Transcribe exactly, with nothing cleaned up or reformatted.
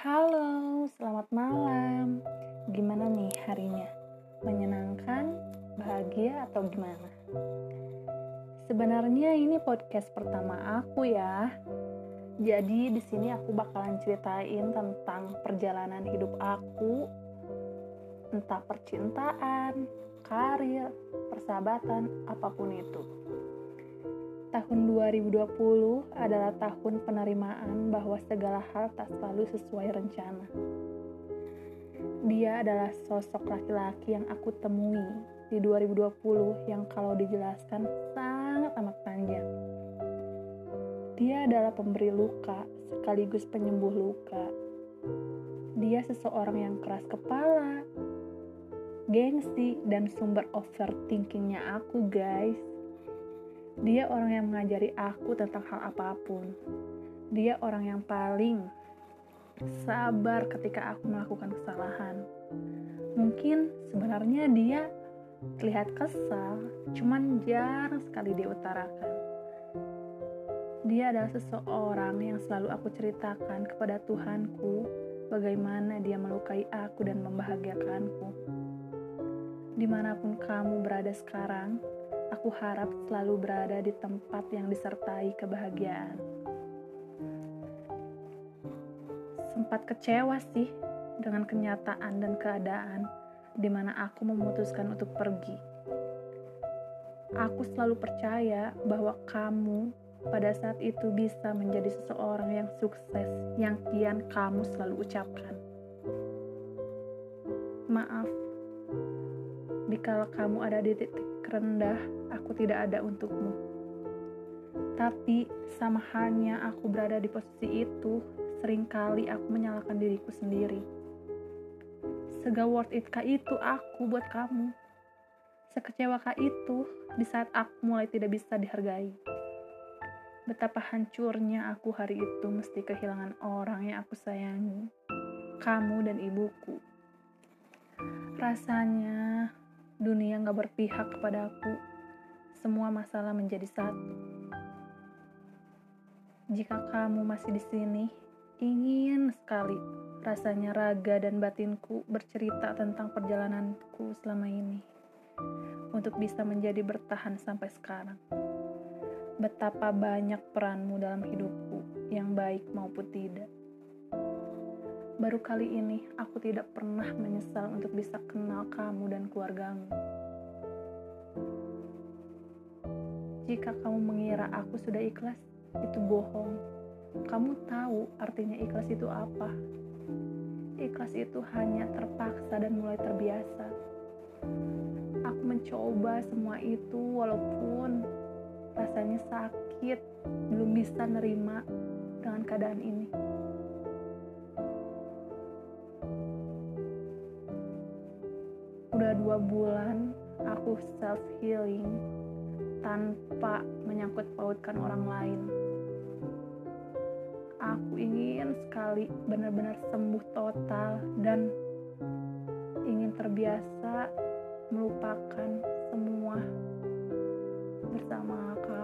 Halo, selamat malam. Gimana nih harinya? Menyenangkan, bahagia, atau gimana? Sebenarnya ini podcast pertama aku ya. Jadi di sini aku bakalan ceritain tentang perjalanan hidup aku, entah percintaan, karir, persahabatan, apapun itu. Tahun dua ribu dua puluh adalah tahun penerimaan bahwa segala hal tak selalu sesuai rencana. Dia adalah sosok laki-laki yang aku temui di dua ribu dua puluh yang kalau dijelaskan sangat amat panjang. Dia adalah pemberi luka sekaligus penyembuh luka. Dia seseorang yang keras kepala, gengsi, dan sumber overthinkingnya aku, guys. Dia orang yang mengajari aku tentang hal apapun. Dia orang yang paling sabar ketika aku melakukan kesalahan. Mungkin sebenarnya dia terlihat kesal, cuman jarang sekali dia utarakan. Dia adalah seseorang yang selalu aku ceritakan kepada Tuhanku bagaimana dia melukai aku dan membahagiakanku. Dimanapun kamu berada sekarang, aku harap selalu berada di tempat yang disertai kebahagiaan. Sempat kecewa sih dengan kenyataan dan keadaan di mana aku memutuskan untuk pergi. Aku selalu percaya bahwa kamu pada saat itu bisa menjadi seseorang yang sukses yang kian kamu selalu ucapkan. Maaf, dikala kamu ada di titik rendah, aku tidak ada untukmu. Tapi sama halnya aku berada di posisi itu, seringkali aku menyalahkan diriku sendiri. Sega worth it kah itu aku buat kamu? Sekecewakah itu di saat aku mulai tidak bisa dihargai? Betapa hancurnya aku hari itu mesti kehilangan orang yang aku sayangi, kamu dan ibuku. Rasanya dunia gak berpihak kepadaku. Semua masalah menjadi satu. Jika kamu masih di sini, ingin sekali rasanya raga dan batinku bercerita tentang perjalananku selama ini. Untuk bisa menjadi bertahan sampai sekarang. Betapa banyak peranmu dalam hidupku, yang baik maupun tidak. Baru kali ini aku tidak pernah menyesal untuk bisa kenal kamu dan keluargamu. Jika kamu mengira aku sudah ikhlas, itu bohong. Kamu tahu artinya ikhlas itu apa? Ikhlas itu hanya terpaksa dan mulai terbiasa. Aku mencoba semua itu walaupun rasanya sakit, belum bisa nerima dengan keadaan ini. Udah dua bulan aku self-healing tanpa menyangkut pautkan orang lain. Aku ingin sekali benar-benar sembuh total dan ingin terbiasa melupakan semua bersama kamu.